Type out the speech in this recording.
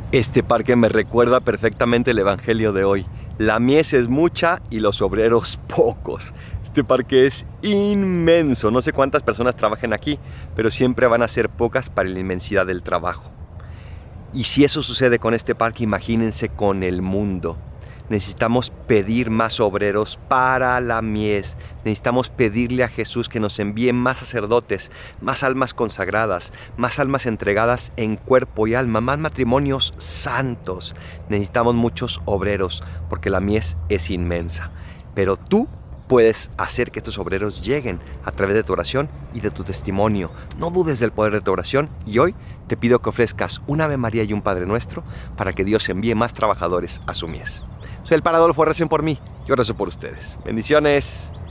Este parque me recuerda perfectamente el evangelio de hoy. La mies es mucha y los obreros pocos. Este parque es inmenso. No sé cuántas personas trabajan aquí, pero siempre van a ser pocas para la inmensidad del trabajo. Y si eso sucede con este parque, imagínense con el mundo. Necesitamos pedir más obreros para la mies. Necesitamos pedirle a Jesús que nos envíe más sacerdotes, más almas consagradas, más almas entregadas en cuerpo y alma, más matrimonios santos. Necesitamos muchos obreros porque la mies es inmensa. Pero tú puedes hacer que estos obreros lleguen a través de tu oración y de tu testimonio. No dudes del poder de tu oración y hoy te pido que ofrezcas un Ave María y un Padre Nuestro para que Dios envíe más trabajadores a su mies. Soy el Padre Adolfo, recen por mí, yo rezo por ustedes. Bendiciones.